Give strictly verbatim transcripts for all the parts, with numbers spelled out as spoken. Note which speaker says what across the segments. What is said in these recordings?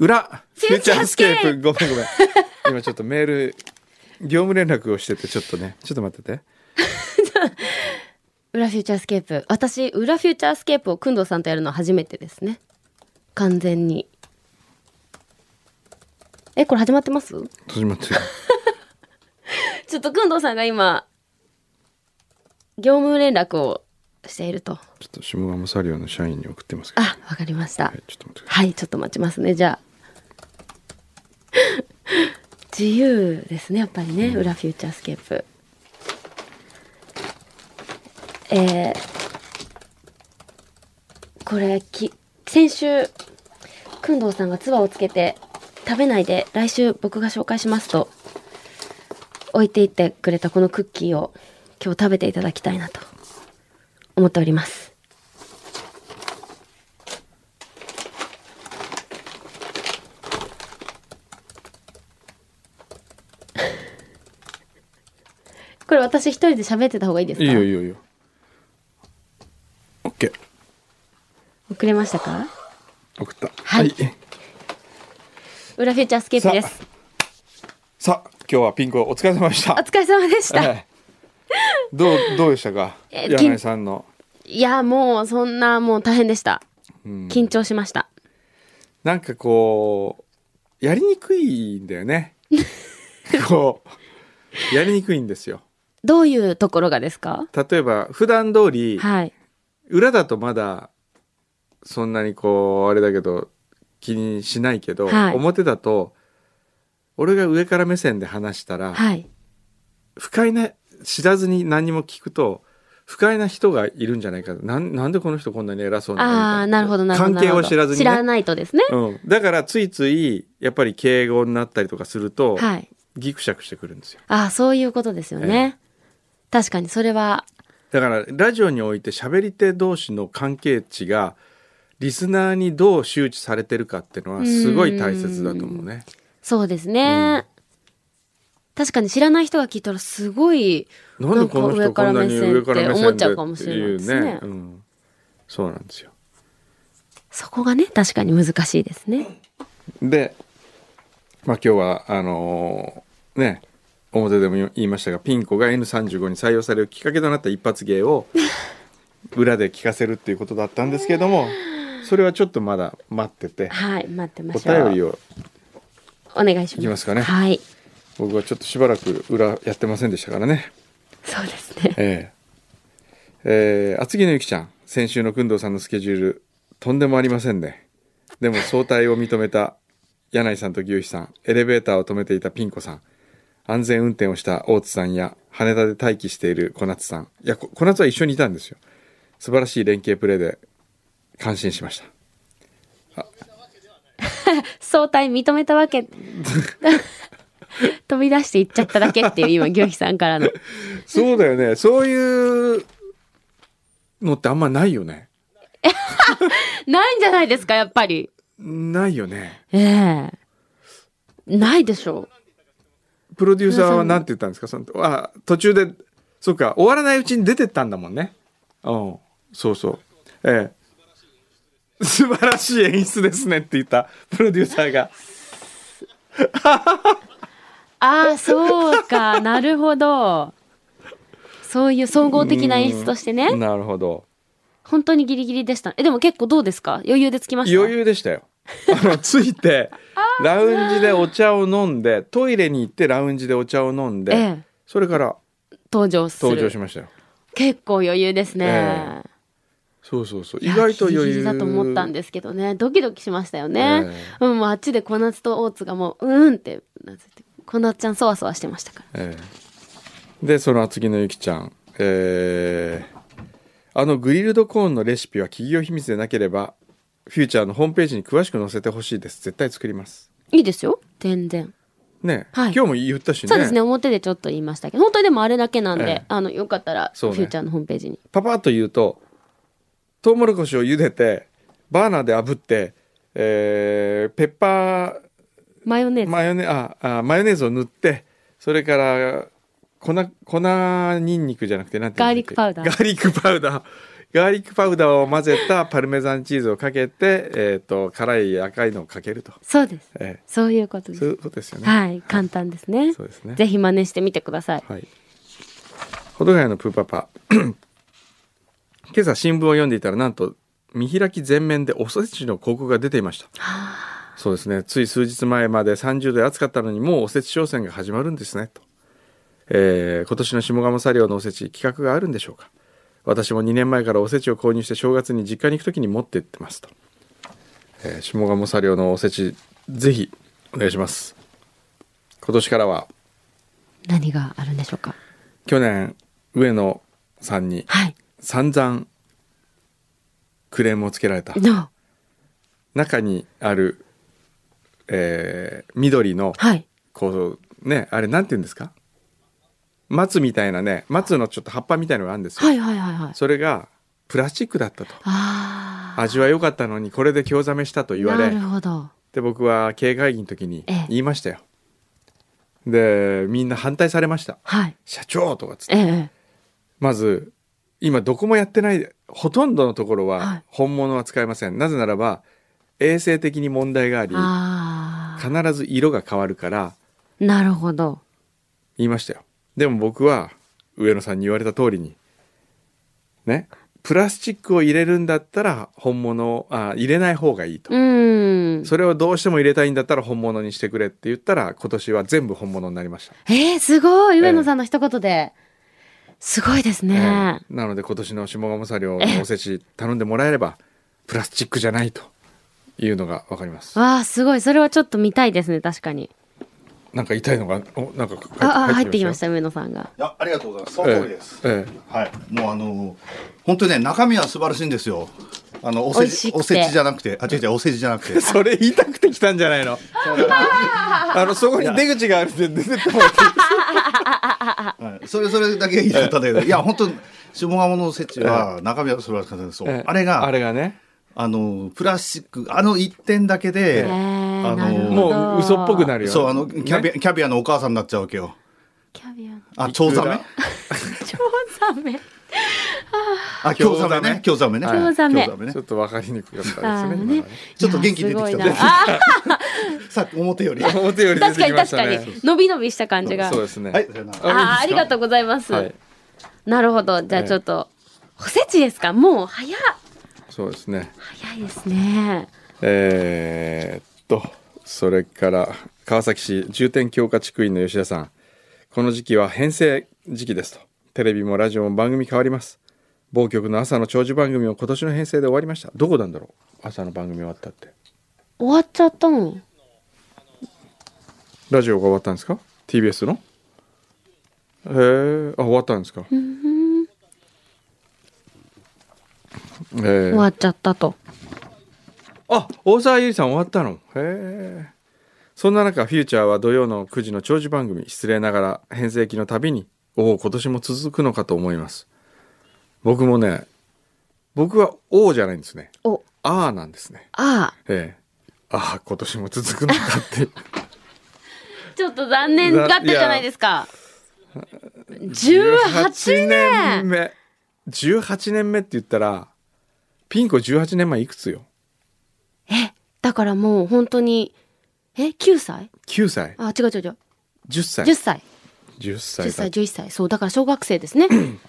Speaker 1: 裏フューチャースケープごめんごめん今ちょっとメール業務連絡をしててちょっとねちょっと待ってて
Speaker 2: 裏フューチャースケープ、私裏フューチャースケープをくんどうさんとやるのは初めてですね。完全に。え、これ始まってます？
Speaker 1: 始まってる
Speaker 2: ちょっとくんどうさんが今業務連絡をしていると。
Speaker 1: ちょっと下鴨サリオの社員に送ってますけど。
Speaker 2: あ、わかりました。
Speaker 1: はい、ちょっと待ってください。
Speaker 2: はい、ちょっと待ちますね。じゃあ自由ですね、やっぱりね、うん、裏フューチャースケープ。えー、これき先週くんどうさんが唾をつけて食べないで来週僕が紹介しますと置いていってくれたこのクッキーを今日食べていただきたいなと思っております。これ私一人で喋ってた方がいいですか？
Speaker 1: いいよいいよいいよ。オッケー。
Speaker 2: 送れましたか？
Speaker 1: 送った。
Speaker 2: はい。はい、裏フューチャースケープです。
Speaker 1: さあ、さあ今日はピンクお疲れ様でした。
Speaker 2: お疲れ様でした。
Speaker 1: えー、どうどうでしたか？柳井さんの。
Speaker 2: いやもうそんなもう大変でした。うん、緊張しました。
Speaker 1: なんかこうやりにくいんだよね。こうやりにくいんですよ。
Speaker 2: どういうところがですか？
Speaker 1: 例えば普段通り、
Speaker 2: はい、
Speaker 1: 裏だとまだそんなにこうあれだけど気にしないけど、はい、表だと俺が上から目線で話したら、はい、不快な知らずに何も聞くと不快な人がいるんじゃないかな。 ん, なんでこの人こんなに偉そうなのみたいな。
Speaker 2: あー、なるほどなるほど。
Speaker 1: 関係を知らずに、ね、
Speaker 2: 知らないとですね、
Speaker 1: うん、だからついついやっぱり敬語になったりとかすると、はい、ギクシャクしてくるんですよ。
Speaker 2: ああ、そういうことですよね、えー確かにそれは
Speaker 1: だからラジオにおいて喋り手同士の関係値がリスナーにどう周知されてるかっていうのはすごい大切だと思うね。
Speaker 2: そうですね、うん、確かに知らない人が聞いたらすごい
Speaker 1: なんか上から目線って
Speaker 2: 思っちゃうかもしれないですね、
Speaker 1: うん、そうなんですよ。
Speaker 2: そこがね確かに難しいですね。
Speaker 1: で、まあ、今日はあのー、ね表でも言いましたがピン子が エヌさんじゅうご に採用されるきっかけとなった一発芸を裏で聞かせるっていうことだったんですけどもそれはちょっとまだ待ってて、
Speaker 2: はい待ってましょう。
Speaker 1: お便りを
Speaker 2: お願いします。
Speaker 1: いきますかね。
Speaker 2: はい。
Speaker 1: 僕はちょっとしばらく裏やってませんでしたからね。
Speaker 2: そうですね。
Speaker 1: えー、えー、厚木のゆきちゃん先週の工藤さんのスケジュールとんでもありませんね。でも早退を認めた柳井さんと牛肥さん、エレベーターを止めていたピン子さん、安全運転をした大津さんや羽田で待機している小夏さん、いや小夏は一緒にいたんですよ。素晴らしい連携プレーで感心しました。
Speaker 2: 早退認めたわけ飛び出していっちゃっただけっていう今牛肥さんからの
Speaker 1: そうだよね。そういうのってあんまないよね。
Speaker 2: ないんじゃないですか。やっぱり
Speaker 1: ないよね。
Speaker 2: ええー、ないでしょう。
Speaker 1: プロデューサーは何て言ったんですか？そのあ途中でそうか終わらないうちに出てったんだもんね。うん、そうそう、ええ、素晴らしい演出ですねって言ったプロデューサーが
Speaker 2: ああそうかなるほど、そういう総合的な演出としてね。
Speaker 1: なるほど。
Speaker 2: 本当にギリギリでした。えでも結構どうですか？余裕でつきました？
Speaker 1: 余裕でしたよ。あのついてラウンジでお茶を飲んでトイレに行ってラウンジでお茶を飲んで、ええ、それから
Speaker 2: 登場する
Speaker 1: 登場しましたよ。
Speaker 2: 結構余裕ですね、ええ、
Speaker 1: そうそうそう、意外と余裕
Speaker 2: ギリギリだと思ったんですけどね。ドキドキしましたよね、ええ、うん、もうあっちで小夏と大津がもううんってなって小夏ちゃんそわそわしてましたから、
Speaker 1: ええ、でその厚木のゆきちゃん、えー、あのグリルドコーンのレシピは企業秘密でなければフューチャーのホームページに詳しく載せてほしいです。絶対作ります。
Speaker 2: いいですよ全然
Speaker 1: ね、はい、今日も言ったしね。
Speaker 2: そうですね、表でちょっと言いましたけど本当にでもあれだけなんで、ええ、あのよかったらフューチャーのホームページに、ね、
Speaker 1: パパッと言うとトウモロコシを茹でてバーナーで炙って、えー、ペッパー
Speaker 2: マヨネーズ
Speaker 1: マヨネああマヨネーズを塗ってそれから粉粉ニンニクじゃなくてなんていうんだっけ、
Speaker 2: ガーリックパウダー
Speaker 1: ガーリックパウダーガーリックパウダーを混ぜたパルメザンチーズをかけて、えー、と辛い赤いのをかけると。
Speaker 2: そうです、
Speaker 1: ええ、
Speaker 2: そういうことです。
Speaker 1: そういうことですよね。
Speaker 2: はい、簡単ですね。
Speaker 1: そうですね。
Speaker 2: ぜひ真似してみてください。
Speaker 1: はい。保土ヶ谷のプーパパ今朝新聞を読んでいたら、なんと見開き全面でおせちの広告が出ていました。そうですね。つい数日前までさんじゅうどで暑かったのに、もうおせち商戦が始まるんですねと。えー、今年の下鴨茶寮のおせち、企画があるんでしょうか。私もにねんまえからおせちを購入して正月に実家に行くときに持って行ってますと。えー、下鴨茶寮のおせち、ぜひお願いします。今年からは
Speaker 2: 何があるんでしょうか。
Speaker 1: 去年上野さんに散々クレームをつけられた、
Speaker 2: はい、
Speaker 1: 中にある、えー、緑の、
Speaker 2: はい、
Speaker 1: こうね、あれなんて言うんですか、松みたいなね、松のちょっと葉っぱみたいのがあるんですよ。
Speaker 2: はいはいはいはい。
Speaker 1: それがプラスチックだったと。
Speaker 2: あ、
Speaker 1: 味は良かったのにこれで興ざめしたと言われ、
Speaker 2: なるほど。
Speaker 1: で僕は経営会議の時に
Speaker 2: ええ
Speaker 1: 言いましたよ。でみんな反対されました、
Speaker 2: はい、
Speaker 1: 社長とかつって、
Speaker 2: ええ、
Speaker 1: まず今どこもやってない、ほとんどのところ
Speaker 2: は
Speaker 1: はい本物は使えません、なぜならば衛生的に問題があり、
Speaker 2: あ
Speaker 1: 必ず色が変わるから。
Speaker 2: なるほど。
Speaker 1: 言いましたよ。でも僕は上野さんに言われた通りにね、プラスチックを入れるんだったら本物をあ入れない方がいいと。
Speaker 2: うーん、
Speaker 1: それをどうしても入れたいんだったら本物にしてくれって言ったら、今年は全部本物になりました。
Speaker 2: えー、すごい、上野さんの一言で、えー、すごいですね、
Speaker 1: えー、なので今年の下鴨茶寮のおせち頼んでもらえればプラスチックじゃないというのが分かります。
Speaker 2: わあ、すごい、それはちょっと見たいですね。確かに。
Speaker 1: なんか痛いのがおなんか
Speaker 2: ああ入ってきました、上野さんが。
Speaker 3: いや、ありがとうございます。その通りです、
Speaker 1: えええ
Speaker 3: え、はい、もうあの本当にね、中身は素晴らしいんですよ。あのおせちおせちじゃなくて、あ違う違う、おせちじゃなくて
Speaker 1: それ言いたくて来たんじゃないのあのそこに出口があるんで出てってもらっていい
Speaker 3: はい、それそれだけ言いたかったんだけど、いや本当下鴨のおせちは中身は素晴らしかったです。そう、
Speaker 1: ええ
Speaker 3: あれが
Speaker 1: あれがね、
Speaker 3: あのプラスチック、あの一点だけで、
Speaker 2: えー
Speaker 3: あの
Speaker 2: なるほど
Speaker 1: もう嘘っぽくなるよ。
Speaker 3: そう、あのキャビア、
Speaker 1: ね、
Speaker 3: キャビアのお母さんになっちゃうわけよ。
Speaker 2: キャビアの
Speaker 3: あ、チョウザメ
Speaker 2: チョウザメ
Speaker 3: あ、京ザメね、京ザメね、
Speaker 2: 京ザメ
Speaker 3: 京ね
Speaker 1: ちょっと分かりにくかったですね。
Speaker 2: あーね
Speaker 1: 今のはね
Speaker 3: ちょっと元気出てきたね
Speaker 2: いやすごいなあ
Speaker 3: さっき表より。
Speaker 1: 表より出
Speaker 2: 確かに
Speaker 1: てきました
Speaker 2: 確か
Speaker 1: ね。
Speaker 2: に伸び伸びした感じが。
Speaker 1: そうですね。
Speaker 3: はい、さよなら。
Speaker 2: あーありがとうございます、
Speaker 1: はい、
Speaker 2: なるほど。じゃあちょっと、おせちですか。もう早い
Speaker 1: そうですね。
Speaker 2: 早いですね。
Speaker 1: えー、っとそれから川崎市重点強化地区員の吉田さん、この時期は編成時期ですと。テレビもラジオも番組変わります。某局の朝の長寿番組も今年の編成で終わりました。どこなんだろう、朝の番組終わったって。
Speaker 2: 終わっちゃったの。
Speaker 1: ラジオが終わったんですか、 ティービーエス の。へえ、あ、終わったんですか。
Speaker 2: うん
Speaker 1: えー、
Speaker 2: 終わっちゃったと。
Speaker 1: あ、大沢ゆりさん終わったの。へえ。そんな中、フューチャーは土曜のくじの長寿番組、失礼ながら編成期のたびに、おお、今年も続くのかと思います。僕もね、僕はおじゃないんですね。
Speaker 2: お、
Speaker 1: あーなんですね。
Speaker 2: ああ、
Speaker 1: ええ。ああ、今年も続くのかって。
Speaker 2: ちょっと残念がってじゃないですか。じゅうはちねん
Speaker 1: 目。じゅうはちねんめって言ったら、ピン子じゅうはちねんまえいくつよ。
Speaker 2: え、だからもう本当に、え、きゅうさい？
Speaker 1: きゅうさい。
Speaker 2: あ、違う違う違う。
Speaker 1: じゅっさい。
Speaker 2: じゅっさい。
Speaker 1: じゅっさい
Speaker 2: じゅっさい、
Speaker 1: だ。
Speaker 2: じゅういっさい。そう、だから小学生ですね。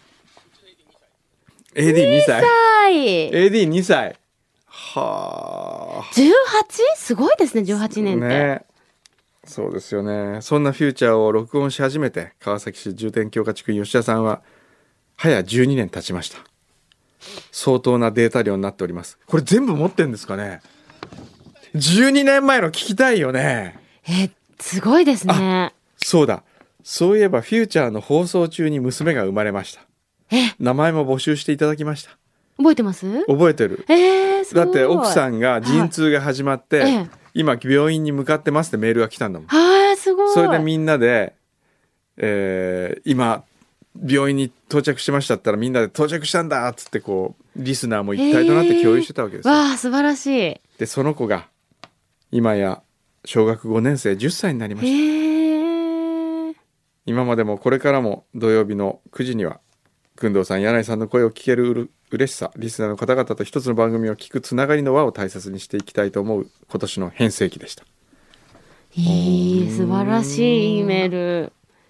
Speaker 1: エーディーに 歳。
Speaker 2: はい。
Speaker 1: エーディーに 歳。はあ。
Speaker 2: じゅうはち？ すごいですね、じゅうはちねんって。
Speaker 1: ね、そうですよね。そんなフューチャーを録音し始めて、川崎市重点強化地区吉田さんは早じゅうにねん経ちました。相当なデータ量になっております。これ全部持ってんですかね。じゅうにねんまえの聞きたいよね。
Speaker 2: え、すごいですね。
Speaker 1: そうだ、そういえばフューチャーの放送中に娘が生まれました。
Speaker 2: え、
Speaker 1: 名前も募集していただきました。
Speaker 2: 覚えてます？
Speaker 1: 覚えてる。
Speaker 2: えー、すごい。
Speaker 1: だって奥さんが陣痛が始まって、
Speaker 2: はいええ、
Speaker 1: 今病院に向かってますってメールが来たんだもん。
Speaker 2: はい、すごい。
Speaker 1: それでみんなで、えー、今病院に到着しましたって言ったら、みんなで到着したんだっつってこうリスナーも一体となって共有してたわけですよ。
Speaker 2: わあ、素晴らしい。
Speaker 1: でその子が今や小学ごねん生じゅっさいになりました。
Speaker 2: えー、
Speaker 1: 今までもこれからも土曜日のくじには工藤さん、柳井さんの声を聞ける嬉しさ、リスナーの方々と一つの番組を聞くつながりの輪を大切にしていきたいと思う今年の編成期でした。
Speaker 2: いい、素晴らしい E メール。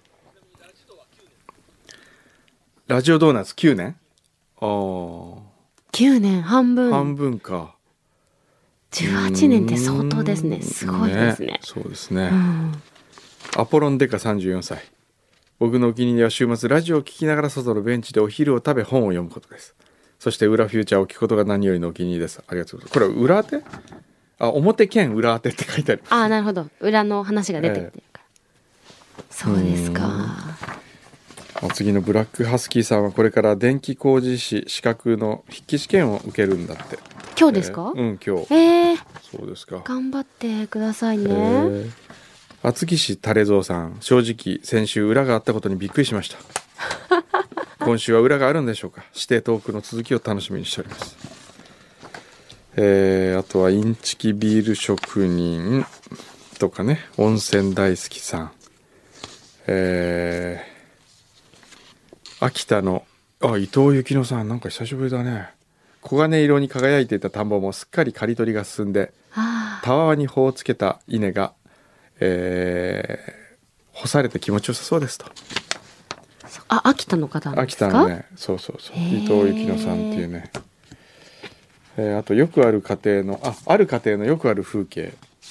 Speaker 1: ラジオドーナツきゅうねん、あ
Speaker 2: きゅうねん半分。
Speaker 1: 半分か。
Speaker 2: じゅうはちねんって相当ですね。すごいですね。
Speaker 1: ね、そうですね、
Speaker 2: うん、
Speaker 1: アポロンデカさんじゅうよんさい。僕のお気に入りは週末ラジオを聞きながら外のベンチでお昼を食べ本を読むことです。そして裏フューチャーを聞くことが何よりのお気に入りです。ありがとうございます。これは裏当て、あ、表兼裏当てって書いてある。
Speaker 2: ああ、なるほど。裏の話が出てきてるから、えー、そうですか。
Speaker 1: 次のブラックハスキーさんはこれから電気工事士資格の筆記試験を受けるんだって。
Speaker 2: 今日ですか？
Speaker 1: えー、うん今日。
Speaker 2: えー、
Speaker 1: そうですか。
Speaker 2: 頑張ってくださいね。
Speaker 1: えー、厚木市タレゾウさん、正直先週裏があったことにびっくりしました。今週は裏があるんでしょうか。指定トークの続きを楽しみにしております。えー、あとはインチキビール職人とかね、温泉大好きさん、えー、秋田のあ伊藤幸乃さん、なんか久しぶりだね。黄金色に輝いていた田んぼもすっかり刈り取りが進んで、たわわに穂をつけた稲が、えー、干されて気持ちよさそうですと。
Speaker 2: あ、秋田の方なんですか？
Speaker 1: 秋田のね、そうそうそう、伊藤幸乃さんっていうね、えー、あとよくある家庭のあある家庭のよくある風景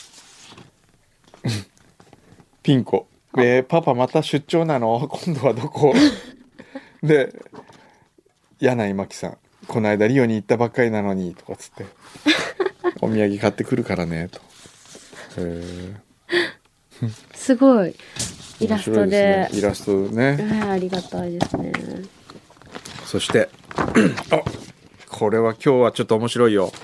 Speaker 1: ピンコ、えー、パパまた出張なの今度はどこで柳井真紀さん、この間リオに行ったばっかりなのにとかつってお土産買ってくるからねと、え
Speaker 2: ー、すごいイラストで、
Speaker 1: ね、イラストね、
Speaker 2: えー、ありがたいですね。
Speaker 1: そしてあ、これは今日はちょっと面白いよ。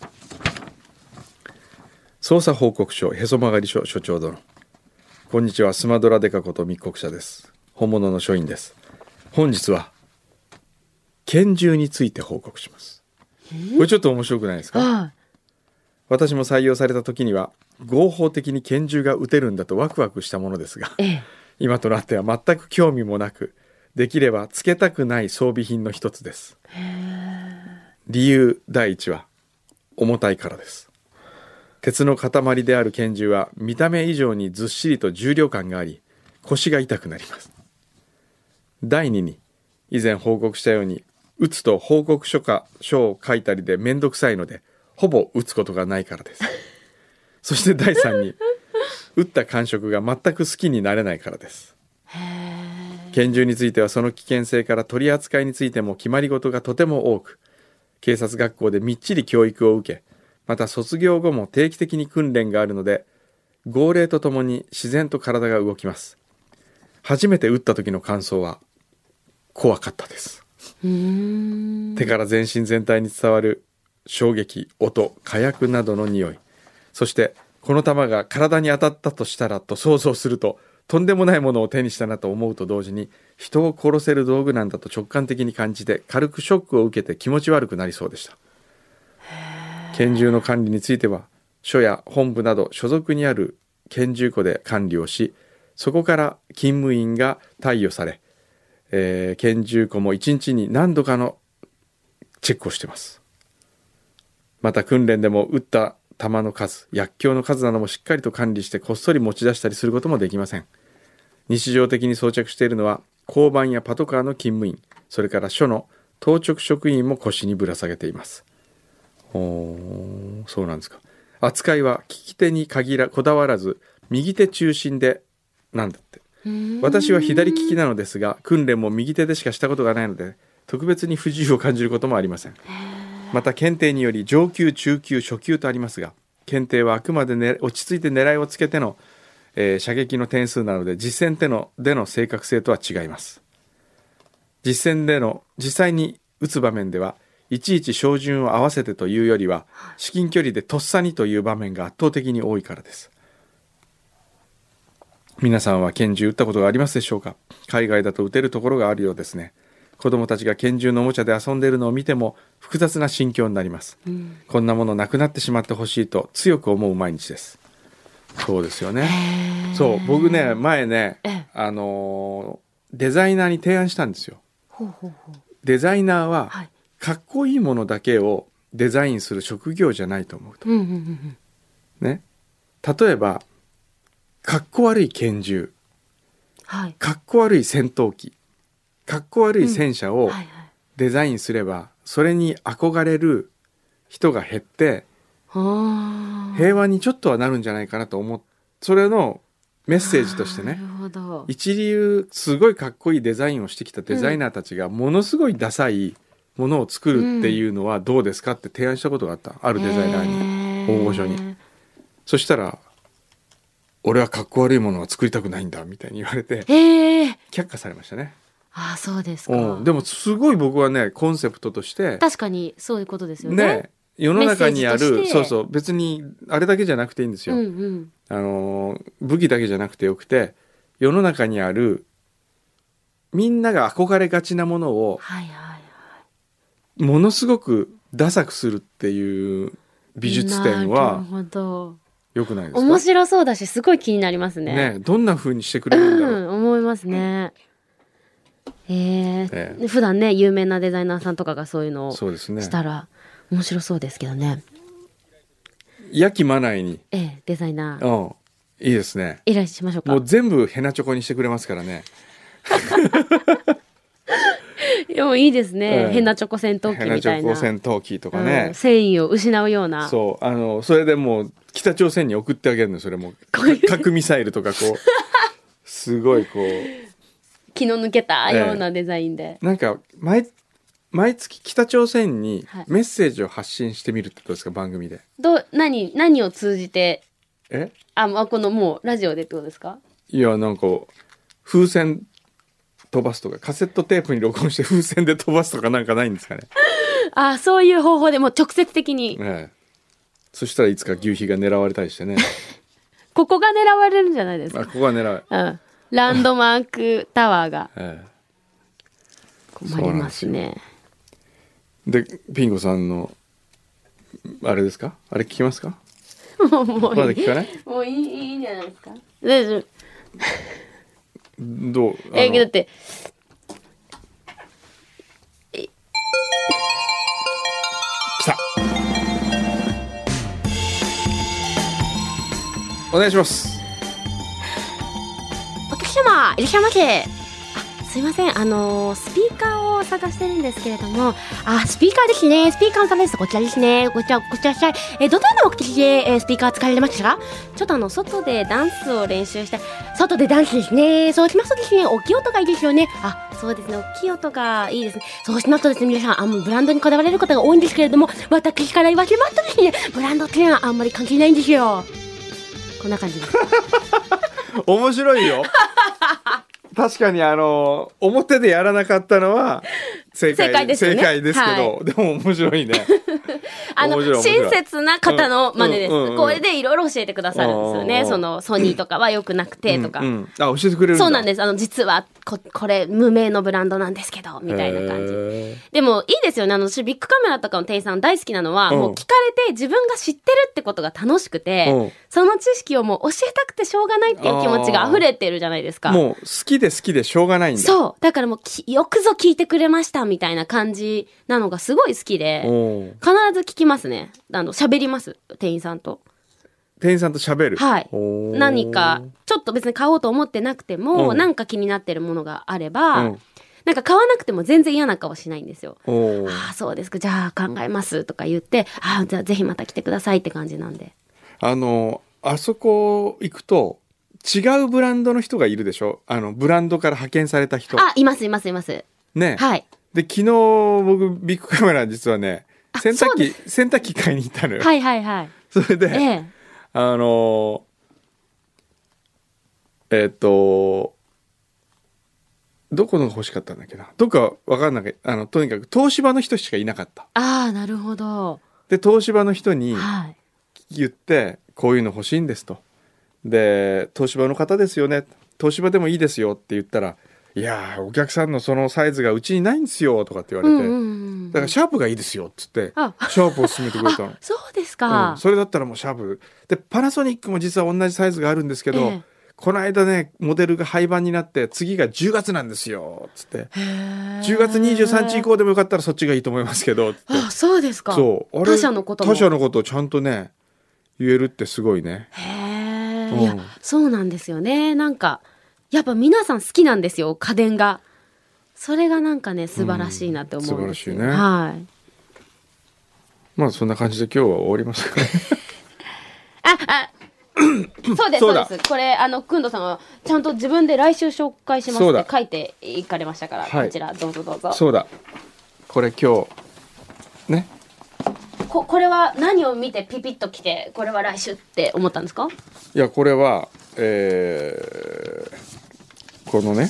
Speaker 1: 捜査報告書へそ曲がり署署長殿、こんにちは。スマドラデカこと密告者です。本物の署員です。本日は拳銃について報告します。これちょっと面白くないですか？ああ、私も採用された時には合法的に拳銃が撃てるんだとワクワクしたものですが、ええ、今となっては全く興味もなく、できればつけたくない装備品の一つです。理由第一は重たいからです。鉄の塊である拳銃は見た目以上にずっしりと重量感があり、腰が痛くなります。第二に、以前報告したように撃つと報告書か書を書いたりでめんどくさいので、ほぼ撃つことがないからです。そして第三に、撃った感触が全く好きになれないからです。拳銃についてはその危険性から取り扱いについても決まり事がとても多く、警察学校でみっちり教育を受け、また卒業後も定期的に訓練があるので、号令とともに自然と体が動きます。初めて撃った時の感想は怖かったです。うーん、手から全身全体に伝わる衝撃、音、火薬などの匂い、そしてこの弾が体に当たったとしたらと想像すると、とんでもないものを手にしたなと思うと同時に、人を殺せる道具なんだと直感的に感じて、軽くショックを受けて気持ち悪くなりそうでした。拳銃の管理については署や本部など所属にある拳銃庫で管理をし、そこから勤務員が貸与され、えー、拳銃庫もいちにちに何度かのチェックをしています。また訓練でも撃った弾の数、薬莢の数などもしっかりと管理して、こっそり持ち出したりすることもできません。日常的に装着しているのは交番やパトカーの勤務員、それから署の当直職員も腰にぶら下げています。おー、そうなんですか。扱いは利き手に限らこだわらず、右手中心でなんだって。私は左利きなのですが、訓練も右手でしかしたことがないので、特別に不自由を感じることもありません。また検定により上級、中級、初級とありますが、検定はあくまで、ね、落ち着いて狙いをつけての、えー、射撃の点数なので、実戦での、での正確性とは違います。実戦での実際に撃つ場面では、いちいち照準を合わせてというよりは、至近距離でとっさにという場面が圧倒的に多いからです。皆さんは拳銃撃ったことがありますでしょうか？海外だと撃てるところがあるようですね。子供たちが拳銃のおもちゃで遊んでいるのを見ても複雑な心境になります、うん、こんなものなくなってしまってほしいと強く思う毎日です。そうですよね。そう、僕ね、前ね、あのー、デザイナーに提案したんですよ。ほうほうほう。デザイナーはかっこいいものだけをデザインする職業じゃないと思うと、
Speaker 2: うんうんうんうん
Speaker 1: ね、例えばかっこ悪い拳銃、
Speaker 2: はい
Speaker 1: かっこ悪い戦闘機、かっこ悪い戦車を
Speaker 2: はいはい
Speaker 1: デザインすれば、それに憧れる人が減って
Speaker 2: あー
Speaker 1: 平和にちょっとはなるんじゃないかなと思っそれのメッセージとしてね、
Speaker 2: なるほど。
Speaker 1: 一流すごいかっこいいデザインをしてきたデザイナーたちがものすごいダサいものを作るっていうのはどうですかって提案したことがあった、あるデザイナーに、大御所に。そしたら俺はかっこ悪いものは作りたくないんだみたいに言われて
Speaker 2: へえ。
Speaker 1: 却下されましたね。
Speaker 2: ああそうですか。
Speaker 1: うん、でもすごい僕はねコンセプトとして
Speaker 2: 確かにそういうことですよね。
Speaker 1: ね、世の中にあ
Speaker 2: メッセージとして
Speaker 1: るそうそう別にあれだけじゃなくていいんですよ、
Speaker 2: うんうん。
Speaker 1: あの武器だけじゃなくてよくて世の中にあるみんなが憧れがちなものを
Speaker 2: はいはいは
Speaker 1: ものすごくダサくするっていう美術展
Speaker 2: なる
Speaker 1: は
Speaker 2: ほど。
Speaker 1: 良くないですか？
Speaker 2: 面白そうだしすごい気になりますね。
Speaker 1: ね、どんな風にしてくれるんだろう、
Speaker 2: うん思いますね。えー
Speaker 1: ええ
Speaker 2: 普段ね有名なデザイナーさんとかがそういうのを
Speaker 1: そうですね。
Speaker 2: したら面白そうですけどね。
Speaker 1: やきまないに、
Speaker 2: ええデザイナー
Speaker 1: うん、いいですね。
Speaker 2: 依頼しましょうか。
Speaker 1: もう全部ヘナチョコにしてくれますからね。
Speaker 2: でもいいですね。
Speaker 1: ええ
Speaker 2: 変なチョコ戦闘機
Speaker 1: ヘナチ
Speaker 2: みたいな。
Speaker 1: ョコ戦闘機とか
Speaker 2: うん
Speaker 1: ね、
Speaker 2: 繊維を失うような。
Speaker 1: そうあのそれでもう北朝鮮に送ってあげるの、それも
Speaker 2: こういう
Speaker 1: 核ミサイルとかこうすごいこう
Speaker 2: 気の抜けたようなデザインで。
Speaker 1: なんか毎毎月北朝鮮に
Speaker 2: はい
Speaker 1: メッセージを発信してみるってどうですか、番組で。
Speaker 2: どう何何を通じて
Speaker 1: え
Speaker 2: あまあこのもうラジオでってことですか？
Speaker 1: いやなんか風船飛ばすとかカセットテープに録音して風船で飛ばすとかなんかないんですかね。
Speaker 2: あそういう方法でもう直接的に
Speaker 1: ええ、そしたらいつか牛皮が狙われたりしてね。
Speaker 2: ここが狙われるんじゃないですか？
Speaker 1: あここは狙う、
Speaker 2: うん、ランドマークタワーが
Speaker 1: え
Speaker 2: 困りますね。
Speaker 1: え、でピン子さんのあれですか、あれ聞きますか？
Speaker 2: もうもういい
Speaker 1: まだ聞かない？
Speaker 2: もういいいいんじゃないですか？大丈夫。
Speaker 1: どうあの
Speaker 2: えだって
Speaker 1: 来た。お願いします。
Speaker 2: お客様いらっしゃいませ。あすいません、あのースピーカーを探してるんですけれども、あスピーカーですね。スピーカーのためです。こちらですね。こちらこちらっしゃい。えどのような目的で、えースピーカー使われましたか？ちょっとあの外でダンスを練習して、外でダンスですね。そうしますとですね、大きい音がいいですよね。あそうですね、大きい音がいいですね。そうしますとですね、皆さんあのブランドにこだわれる方が多いんですけれども、私から言わせますとですね、ブランドっていうのはあんまり関係ないんですよ。こんな感じです。
Speaker 1: 面白いよ。確かにあの表でやらなかったのは正解
Speaker 2: 正解ですよね
Speaker 1: 正解ですけど、
Speaker 2: は
Speaker 1: でも面白いね。
Speaker 2: あの
Speaker 1: 面白い面白い
Speaker 2: 親切な方の真似です、
Speaker 1: うんうんうんうん
Speaker 2: これでいろいろ教えてくださるんですよ
Speaker 1: うんうん
Speaker 2: ね。そのソニーとかは良くなくてとか、
Speaker 1: うんうん、あ教えてくれるんだ。
Speaker 2: そうなんです。あの実はここれ無名のブランドなんですけどみたいな感じ
Speaker 1: へ
Speaker 2: でもいいですよね。あの私ビッグカメラとかの店員さん大好きなのは、
Speaker 1: うん
Speaker 2: もう聞かれて自分が知ってるってことが楽しくて、
Speaker 1: うん
Speaker 2: その知識をもう教えたくてしょうがないっていう気持ちが溢れてるじゃないですか。
Speaker 1: もう好きで好きでしょうがないんだ。
Speaker 2: そうだからもうきよくぞ聞いてくれましたみたいな感じなのがすごい好きで、
Speaker 1: おう
Speaker 2: 必ず聞きますね。あの喋ります店員さんと。
Speaker 1: 店員さんと喋る。
Speaker 2: はい
Speaker 1: おう
Speaker 2: 何かちょっと別に買おうと思ってなくても、
Speaker 1: うん
Speaker 2: なんか気になってるものがあれば、
Speaker 1: うん
Speaker 2: なんか買わなくても全然嫌な顔しないんですよ。
Speaker 1: おう
Speaker 2: ああそうですか、じゃあ考えますとか言って、ああじゃあぜひまた来てくださいって感じなんで。
Speaker 1: あのあそこ行くと違うブランドの人がいるでしょ。あのブランドから派遣された人
Speaker 2: あいますいますいます
Speaker 1: ね。
Speaker 2: はい
Speaker 1: で昨日僕ビッグカメラ実はね洗
Speaker 2: そうで
Speaker 1: 濯機洗濯機買いに行ったのよ。
Speaker 2: はいはいはい
Speaker 1: それで、
Speaker 2: ええ
Speaker 1: あのえっ、とどこのが欲しかったんだっけな、どっか分かんないけど、あのとにかく東芝の人しかいなかった。
Speaker 2: ああなるほど
Speaker 1: で東芝の人に
Speaker 2: はい
Speaker 1: 言ってこういうの欲しいんですと。で東芝の方ですよね、東芝でもいいですよって言ったら、いやーお客さんのそのサイズがうちにないんですよとかって言われて、
Speaker 2: うんうんうん
Speaker 1: だからシャープがいいですよっつって
Speaker 2: あ
Speaker 1: シャープを勧めてくれたの。
Speaker 2: そうです
Speaker 1: う
Speaker 2: か
Speaker 1: ん、それだったらもうシャープでパナソニックも実は同じサイズがあるんですけど、
Speaker 2: ええ
Speaker 1: この間ねモデルが廃盤になって次がじゅうがつなんですよつってじゅうがつにじゅうさんにち以降でもよかったらそっちがいいと思いますけどって。
Speaker 2: あ、そうですか。
Speaker 1: そうあれ
Speaker 2: 他社のことも
Speaker 1: 他社のことをちゃんとね言えるってすごいね。
Speaker 2: へえ、
Speaker 1: うん、
Speaker 2: いやそうなんですよね。なんかやっぱ皆さん好きなんですよ家電が。それがなんかね素晴らしいなって思うんですよ、
Speaker 1: うん、素晴らしいね。
Speaker 2: はい。
Speaker 1: まあそんな感じで今日は終わりますかね。
Speaker 2: ああそうですそうです。これあのくんどさんはちゃんと自分で来週紹介しますって書いていかれましたから、
Speaker 1: はい、
Speaker 2: こちらどうぞどうぞ。
Speaker 1: そうだこれ今日ね
Speaker 2: ここれは何を見てピピッときてこれは来週って思ったんですか？
Speaker 1: いやこれは、えー、このね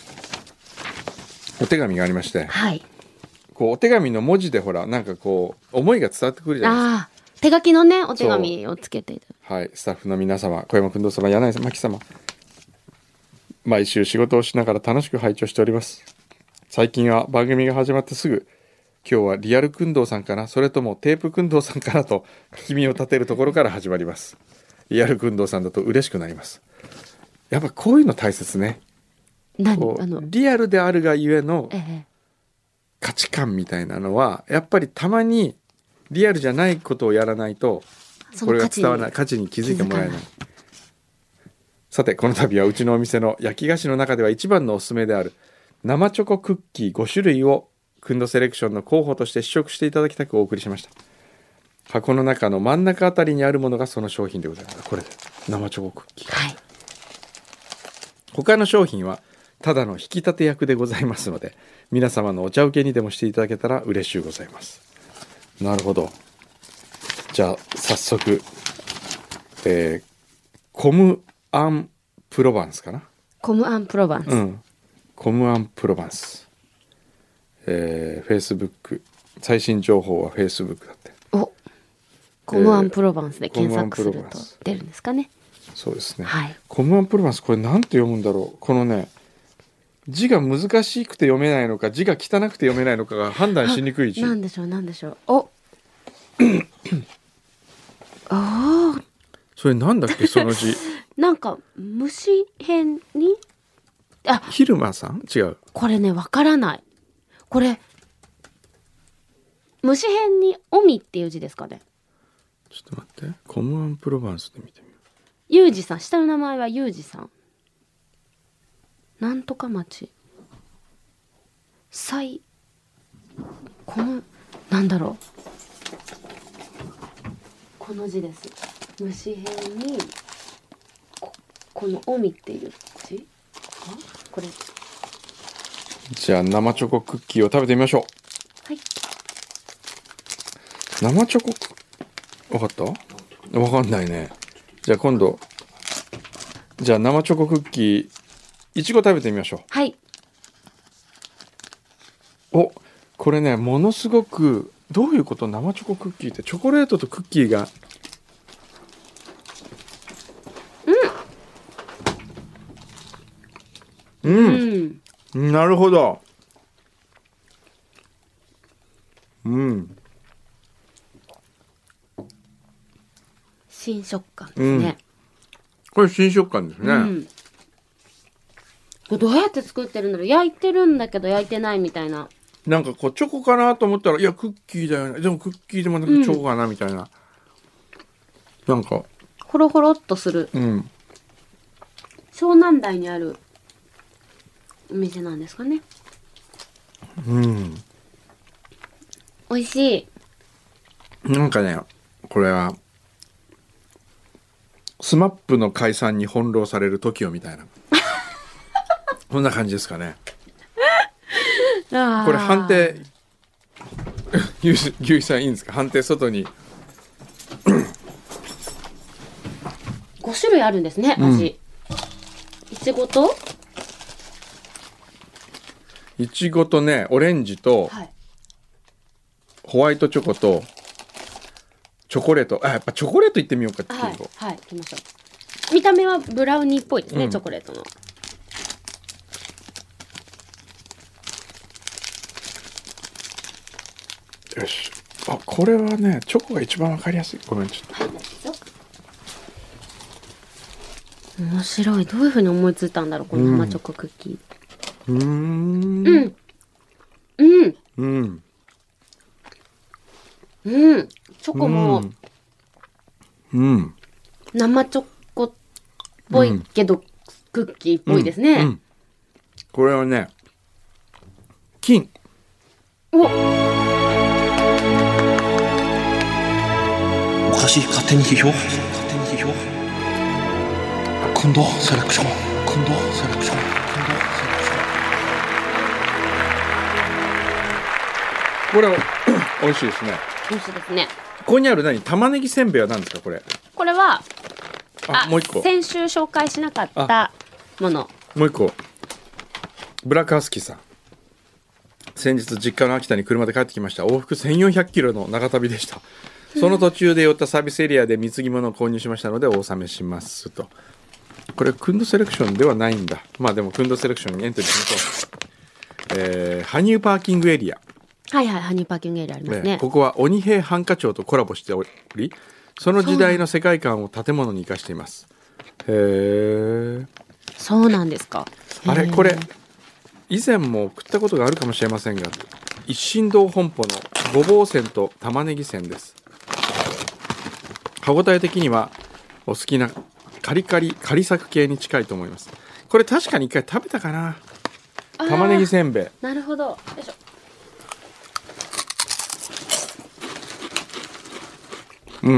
Speaker 1: お手紙がありまして、
Speaker 2: はい、
Speaker 1: こうお手紙の文字でほらなんかこう思いが伝わってくるじゃないですか。
Speaker 2: あ手書きのねお手紙をつけていた。
Speaker 1: はい、スタッフの皆様小山君堂様柳井真紀様毎週仕事をしながら楽しく拝聴しております。最近は番組が始まってすぐ今日はリアル君堂さんかなそれともテープ君堂さんかなと聞き耳を立てるところから始まります。リアル君堂さんだと嬉しくなります。やっぱこういうの大切ね。
Speaker 2: 何あの
Speaker 1: リアルであるがゆえの
Speaker 2: ええ
Speaker 1: 価値観みたいなのはやっぱりたまにリアルじゃないことをやらないとこれが伝わらない価値に気づいてもらえない。さてこの度はうちのお店の焼き菓子の中では一番のおすすめである生チョコクッキーごしゅるいをくんどセレクションの候補として試食していただきたくお送りしました。箱の中の真ん中あたりにあるものがその商品でございます。これで生チョコクッキー、
Speaker 2: はい、
Speaker 1: 他の商品はただの引き立て役でございますので皆様のお茶受けにでもしていただけたら嬉しゅうございます。なるほど。じゃあ早速、えー、コムアンプロバンスかな。
Speaker 2: コムアンプロバンス、
Speaker 1: うん、コムアンプロバンス、えー、Facebook 最新情報は Facebook だって。
Speaker 2: おコムアンプロバンスで検索すると出るんですかね。
Speaker 1: そうですね、
Speaker 2: はい、
Speaker 1: コムアンプロバンスこれなんて読むんだろう。このね字が難しくて読めないのか字が汚くて読めないのかが判断しにくい字。
Speaker 2: なんでしょうなんでしょう。おああ
Speaker 1: それなんだっけその字。
Speaker 2: なんか虫編にあ
Speaker 1: 昼間さん違う。
Speaker 2: これねわからない。これ虫編におみっていう字ですかね。
Speaker 1: ちょっと待ってコムアンプロバンスで見てみよう。
Speaker 2: ユージさん下の名前はユージさんなんとか町最このなんだろうこの字です。虫編に こ, このおみっていう字あこれ
Speaker 1: じゃあ生チョコクッキーを食べてみましょ
Speaker 2: う。はい
Speaker 1: 生チョコ分かった分かんないね。じゃあ今度じゃあ生チョコクッキーいちご食べてみましょう。
Speaker 2: はい。
Speaker 1: おこれねものすごくどういうこと。生チョコクッキーってチョコレートとクッキーがうん、うんうん、なるほど。うん
Speaker 2: 新食感ですね、うん、
Speaker 1: これ新食感ですね、うん、
Speaker 2: これどうやって作ってるんだろう。焼いてるんだけど焼いてないみたいな。
Speaker 1: なんかこうチョコかなと思ったらいやクッキーだよね。でもクッキーでもなくチョコかなみたいな、うん、なんか
Speaker 2: ホロホロっとする、うん、湘南台にあるお店なんですかね。
Speaker 1: うん
Speaker 2: 美味しい。
Speaker 1: なんかねこれはスマップの解散に翻弄される トキオ みたいなこんな感じですかね。これ判定牛肥さんいいんですか。判定外に
Speaker 2: ご種類あるんですね味、うん、いちごと
Speaker 1: いちごとねオレンジと、はい、ホワイトチョコとチョコレート。あやっぱチョコレートいってみようかっていう。
Speaker 2: はいはい行きましょう。見た目はブラウニーっぽいですね、うん、チョコレートの。
Speaker 1: よし。あこれはねチョコが一番わかりやすい。ごめんちょっと、はい、
Speaker 2: 面白い。どういうふうに思いついたんだろう、この生チョコクッキー。
Speaker 1: うーん。
Speaker 2: うん。うん。
Speaker 1: うん。
Speaker 2: うん。チョコも、
Speaker 1: うん。
Speaker 2: 生チョコっぽいけど、うん、クッキーっぽいですね。うんうん、
Speaker 1: これはね、金。
Speaker 2: お。
Speaker 4: おかしい、勝手に批評勝手に批評今度セレクション今度セレクション今度セレクション
Speaker 1: これ美味しいですね。
Speaker 2: 美味しいですね。
Speaker 1: ここにある何玉ねぎせんべいは何ですかこれ。
Speaker 2: これは
Speaker 1: あもう一個
Speaker 2: 先週紹介しなかったもの。
Speaker 1: もう一個ブラックハスキーさん、先日実家の秋田に車で帰ってきました。往復せんよんひゃくキロの長旅でした。その途中で寄ったサービスエリアで貢ぎ物を購入しましたのでお納めしますと。これクンドセレクションではないんだ。まあでもクンドセレクションにエントリーすると、えー、羽生パーキングエリア、
Speaker 2: はいはい、羽生パーキングエリアありますね。
Speaker 1: ここは鬼平犯科帳とコラボしており、その時代の世界観を建物に生かしています。へえ。
Speaker 2: そうなんですか。
Speaker 1: あれこれ以前も送ったことがあるかもしれませんが、一心堂本舗のごぼうせんと玉ねぎせんです。歯ごたえ的にはお好きなカリカリカリサク系に近いと思います。これ確かに一回食べたかな、玉ねぎせんべい。
Speaker 2: なるほど。よいしょ。
Speaker 1: うん。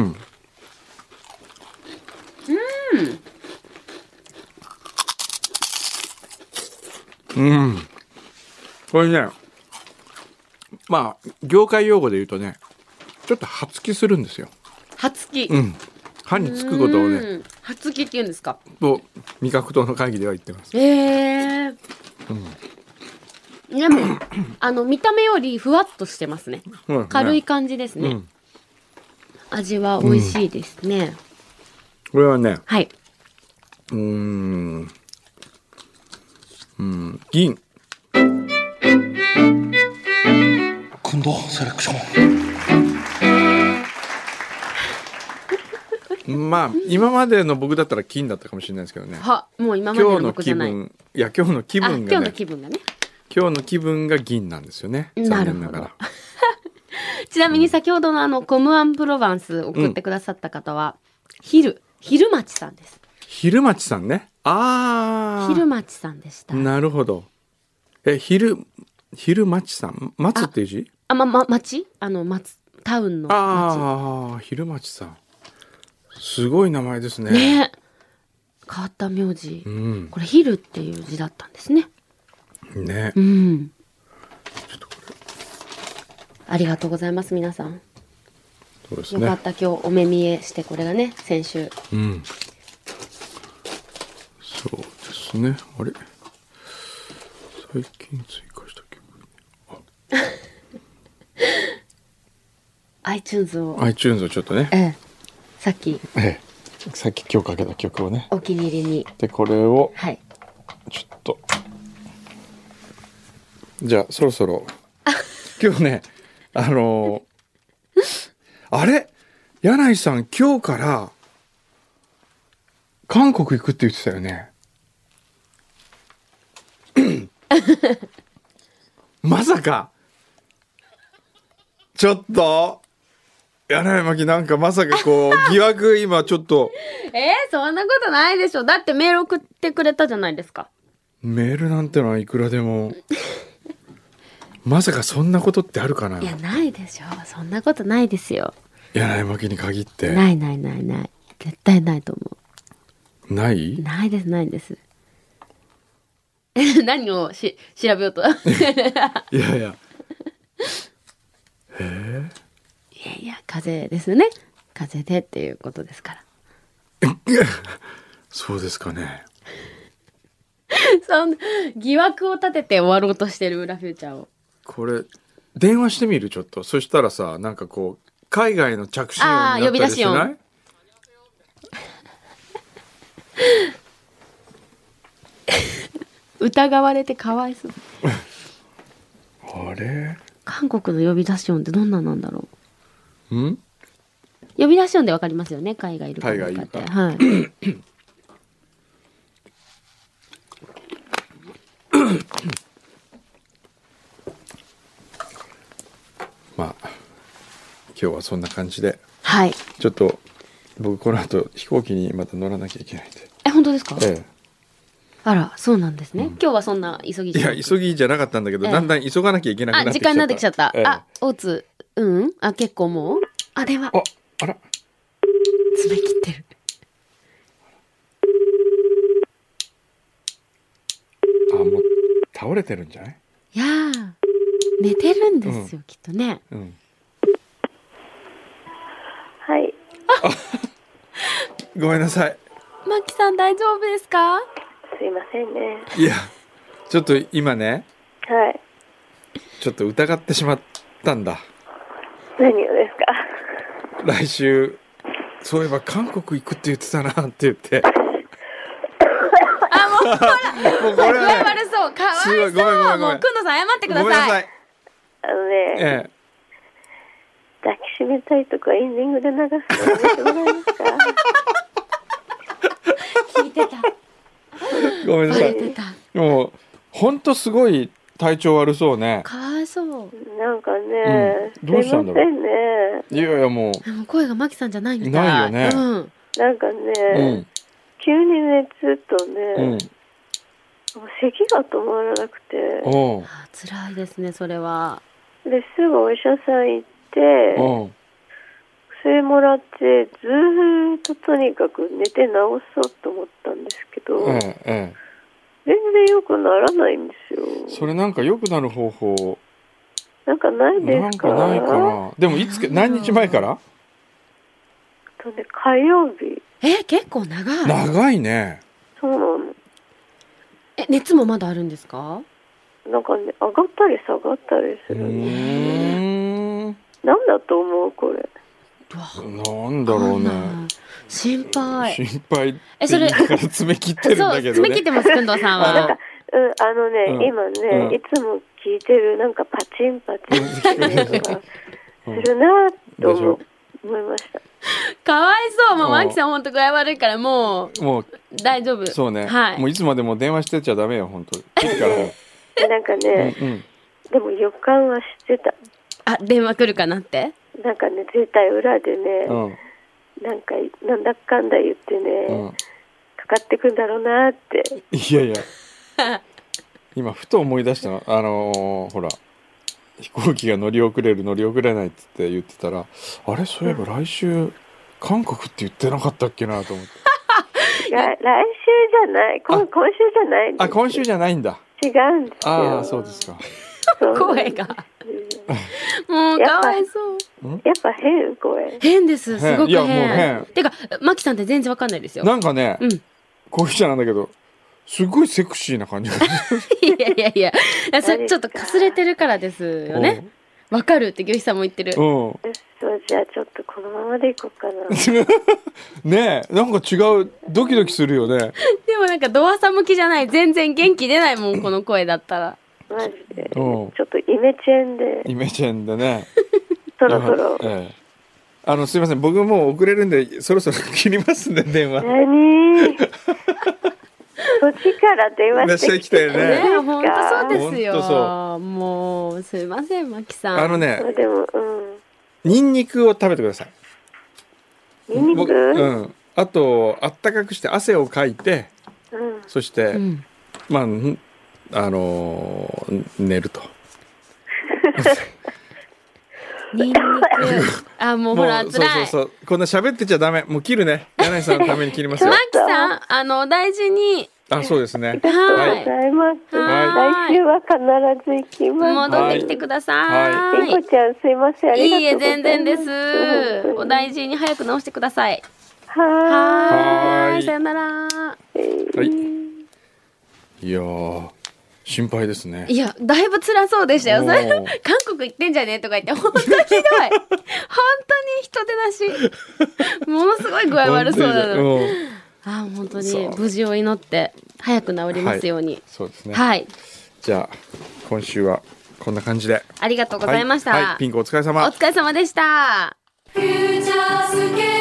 Speaker 1: うん。うん。これね、まあ業界用語で言うとね、ちょっと葉付きするんですよ。
Speaker 2: 葉付き。
Speaker 1: うん。歯につくことをね。
Speaker 2: 葉付きって言うんですか。
Speaker 1: と味覚糖の会議では言ってます。
Speaker 2: へえー。うん。でもあの見た目よりふわっとしてますね。うん、軽い感じですね。うん、味は美味しいですね。うん、
Speaker 1: これはね。
Speaker 2: はい。
Speaker 1: うーん。うん。銀。
Speaker 4: 今度セレクショ
Speaker 1: ン。まあ今までの僕だったら金だったかもしれないですけどね。
Speaker 2: は、もう今までの僕じゃない。
Speaker 1: 今日の気分、いや今日の気分がね。
Speaker 2: 今日の気分がね。
Speaker 1: 今日の気分が銀なんですよね。
Speaker 2: なるほど。ちなみに先ほどのあのコムアンプロバンス送ってくださった方は、うん、昼昼町さんです。
Speaker 1: 昼町さんね。ああ。
Speaker 2: 昼町さんでした。
Speaker 1: なるほど。え昼昼町さん、松っていう字？
Speaker 2: あまま町あの松タウンの町。
Speaker 1: ああ昼町さん。すごい名前ですね。
Speaker 2: ね。変わった名字。うん、これ昼っていう字だったんですね。
Speaker 1: ね。
Speaker 2: うん。ちょっとこれ。ありがとうございます皆さん。
Speaker 1: そうですね。
Speaker 2: よかった今日お目見えしてこれがね先週。
Speaker 1: うん。そうですね。あれ。最近追加した曲。
Speaker 2: iTunes を。
Speaker 1: iTunes をちょっとね。
Speaker 2: ええ。さっき。
Speaker 1: ええ。さっき今日かけた曲をね。
Speaker 2: お気に入りに。
Speaker 1: でこれを。
Speaker 2: はい。
Speaker 1: ちょっと。じゃあそろそろ今日ねあのー、あれ柳井さん今日から韓国行くって言ってたよね。まさかちょっと柳井真紀なんかまさかこう疑惑今ちょっと
Speaker 2: えー、そんなことないでしょ。だってメール送ってくれたじゃないですか。
Speaker 1: メールなんてのはいくらでもまさかそんなことってあるかな。
Speaker 2: いやないでしょ。そんなことないですよ。
Speaker 1: 柳井真紀に限って
Speaker 2: ないないないない絶対ないと思
Speaker 1: う。ない
Speaker 2: ないですないです何をし調べようとい
Speaker 1: やいやえ
Speaker 2: いやいや風邪ですね。風邪でっていうことですから
Speaker 1: そうですかね
Speaker 2: そんな疑惑を立てて終わろうとしてる裏フューチャーを。
Speaker 1: これ電話してみるちょっと。そしたらさなんかこう海外の着信音になったりしない？あー呼び出し音
Speaker 2: 疑われてかわいそう
Speaker 1: あれ
Speaker 2: 韓国の呼び出し音ってどんななんだろ
Speaker 1: う。ん
Speaker 2: 呼び出し音でわかりますよね。海外いるかどうかって。はい
Speaker 1: まあ今日はそんな感じで、
Speaker 2: はい。
Speaker 1: ちょっと僕この後飛行機にまた乗らなきゃいけないんで。
Speaker 2: え、本当ですか？
Speaker 1: え
Speaker 2: あら、そうなんですね。
Speaker 1: うん
Speaker 2: 今日はそんな急ぎ
Speaker 1: え、いや急ぎじゃなかったんだけど、
Speaker 2: ええ
Speaker 1: だんだん急がなきゃいけなくなっ
Speaker 2: あ、時
Speaker 1: てきちゃった。
Speaker 2: 間になってきちゃった。
Speaker 1: ええ
Speaker 2: あ、大津、うんあ、結構もうあ、電話。
Speaker 1: あ、あら、
Speaker 2: 爪切ってる。
Speaker 1: あ、もう倒れてるんじゃない？
Speaker 2: いやー、寝てるんですよ、きっとね。
Speaker 1: うん。
Speaker 5: はい。
Speaker 1: ごめんなさい。
Speaker 2: マキさん大丈夫ですか？
Speaker 5: すいませんね。
Speaker 1: いや、ちょっと今ね、
Speaker 5: はい。
Speaker 1: ちょっと疑ってしまったんだ。
Speaker 5: 何をですか？
Speaker 1: 来週、そういえば韓国行くって言ってたなって言って。
Speaker 2: あ、もうほら、
Speaker 1: もうこれ
Speaker 2: 具合
Speaker 1: はね、
Speaker 2: 悪そう、かわいそう。
Speaker 1: すごいごめんごめんごめん
Speaker 2: もう、くんのさん謝ってください。
Speaker 1: ごめんなさい。
Speaker 5: あのね、
Speaker 1: ええ、
Speaker 5: 抱きしめたいとかエンディングで流すのやめてもらえますか？
Speaker 2: 聞いてた。
Speaker 1: ごめんなさい。
Speaker 2: バレてた。
Speaker 1: もう、ほんとすごい体調悪そうね。
Speaker 2: かわいそう。
Speaker 5: なんかね、
Speaker 1: うんどうしたんだろう
Speaker 5: すいませんね。
Speaker 1: いやいやも
Speaker 2: でも声がマキさんじゃないみたい。
Speaker 1: ないよね
Speaker 2: うん。
Speaker 5: なんか
Speaker 1: う、
Speaker 5: ね、
Speaker 1: うん、
Speaker 5: 急に熱とね、
Speaker 1: うん、
Speaker 5: もう咳が止まらなくて、
Speaker 1: おう、
Speaker 2: あ、辛いですね、それは。
Speaker 5: ですぐお医者さん行って、
Speaker 1: おう、
Speaker 5: 薬もらって、ずーっととにかく寝て治そうと思ったんですけど、
Speaker 1: ええ、え
Speaker 5: 全然良くならないんですよ。
Speaker 1: え。それなんか良くなる方法、
Speaker 5: なんかないで
Speaker 1: なん
Speaker 5: すか？
Speaker 1: かないかな。でもいつか、何日前から
Speaker 5: とね、火曜日。
Speaker 2: え、結構長い。
Speaker 1: 長いね。
Speaker 5: そうなの。
Speaker 2: え、熱もまだあるんですか？
Speaker 5: なんかね、上がったり下がったりす
Speaker 1: う
Speaker 5: るんです。
Speaker 1: ーん。
Speaker 5: なんだと思うこれ。
Speaker 2: うわ、
Speaker 1: なんだろうね。
Speaker 2: 心配。
Speaker 1: 心配って
Speaker 2: えそれ
Speaker 1: 言いから爪切ってるん
Speaker 2: そう、
Speaker 1: だけどね。
Speaker 2: 爪切ってます、くんどうさん
Speaker 1: あ
Speaker 2: は。
Speaker 5: うん、あのね、
Speaker 1: うん
Speaker 5: 今ね、
Speaker 1: うん
Speaker 5: いつも聞いてるなんかパチンパチンっていうのがするなと思う思いました。
Speaker 2: かわいそう。もう、
Speaker 1: うん
Speaker 2: マキさんほんと具合悪いから、もう、
Speaker 1: もう、
Speaker 2: 大丈夫。
Speaker 1: そうね。
Speaker 2: はい。
Speaker 1: もういつまでも電話してちゃダメよ、本当に。いいから。
Speaker 5: でなんかね、
Speaker 1: うんうん。
Speaker 5: でも予感はしてた。
Speaker 2: あ、電話来るかなって。
Speaker 5: なんかね、絶対裏でね、
Speaker 1: うん。
Speaker 5: なんか、なんだかんだ言ってね、
Speaker 1: うん。
Speaker 5: かかってくんだろうなって。
Speaker 1: いやいや。今、ふと思い出したの。あのーほら、飛行機が乗り遅れる、乗り遅れないっつって言ってたら、あれ、そういえば来週、韓国って言ってなかったっけなと思って。
Speaker 5: 来来週じゃない、今
Speaker 1: あ
Speaker 5: 今週じゃないんです
Speaker 1: あ、今週じゃないんだ。
Speaker 5: 違うんですよ。
Speaker 1: ああ、そうですか。
Speaker 5: そう
Speaker 2: 声が。もう、かわいそう。
Speaker 5: やっぱ変、声。
Speaker 2: 変です。すごく
Speaker 1: いやもう
Speaker 2: 変。
Speaker 1: 変
Speaker 2: てか、マキさんって全然わかんないですよ。
Speaker 1: なんかね、
Speaker 2: うん。
Speaker 1: こういう人なんだけど、すごいセクシーな感じがす
Speaker 2: いやいやいや。それちょっとかすれてるからですよね。わかるって牛さんも言ってる。
Speaker 1: る。うん。
Speaker 5: そうじゃあちょっとこのままでいこうかな。
Speaker 1: ねえ、なんか違う、ドキドキするよね。
Speaker 2: でもなんかドアサ向きじゃない。全然元気出ないもん、この声だったら。
Speaker 5: マジで。ち
Speaker 1: うん
Speaker 5: ょっとイメチェンで、
Speaker 1: イメチェンでね。
Speaker 5: そろそろ。
Speaker 1: ええ。あの、すいません。僕もう遅れるんで、そろそろ切りますんで、電話。
Speaker 5: 何そっちから電話してきて
Speaker 1: 電話してきてね
Speaker 2: ねえ、ほんとそうですよ。
Speaker 1: ほんとそ
Speaker 2: もう、すいません、マキさん。
Speaker 1: あのね、
Speaker 5: でも、うん。
Speaker 1: ニンニクを食べてください。
Speaker 5: ニンニク、
Speaker 1: 僕うん。あと、あったかくして汗をかいて、
Speaker 5: うん。
Speaker 1: そして、
Speaker 2: うん。
Speaker 1: まあ、んあのー寝ると。
Speaker 2: ニンニク。あ、もうほら、
Speaker 1: もう
Speaker 2: 辛い。
Speaker 1: そうそうそう。こんな喋ってちゃダメ。もう切るね。柳井さんのために切りますよ
Speaker 2: マ。キさん、あの、大事に
Speaker 1: あ、そうですね。
Speaker 5: ありがとうございます。
Speaker 2: はい
Speaker 5: 来週は必ず行きます。
Speaker 2: 戻ってきてください。
Speaker 5: りこちゃんすいません。ありがとう
Speaker 2: いいえ、
Speaker 5: ございます。
Speaker 2: 全然です。お大事に早く直してください。
Speaker 5: は
Speaker 2: はーい。
Speaker 1: はーい
Speaker 2: さよなら。
Speaker 5: ーい。
Speaker 1: はい。いやー、心配ですね。
Speaker 2: いや、だいぶ辛そうでしたよ。それ
Speaker 1: おー
Speaker 2: 韓国行ってんじゃねとか言って、本当にひどい。本当に人手なし。ものすごい具合悪そうなの。
Speaker 1: うん
Speaker 2: あー、本当
Speaker 1: そう
Speaker 2: に無事を祈って、早く治りますように。
Speaker 1: そうですね。
Speaker 2: はい。
Speaker 1: じゃあ、今週はこんな感じで。
Speaker 2: ありがとうございました。
Speaker 1: はいはいピンクお疲れ様。
Speaker 2: お疲れ様でした。
Speaker 6: フューチャースケ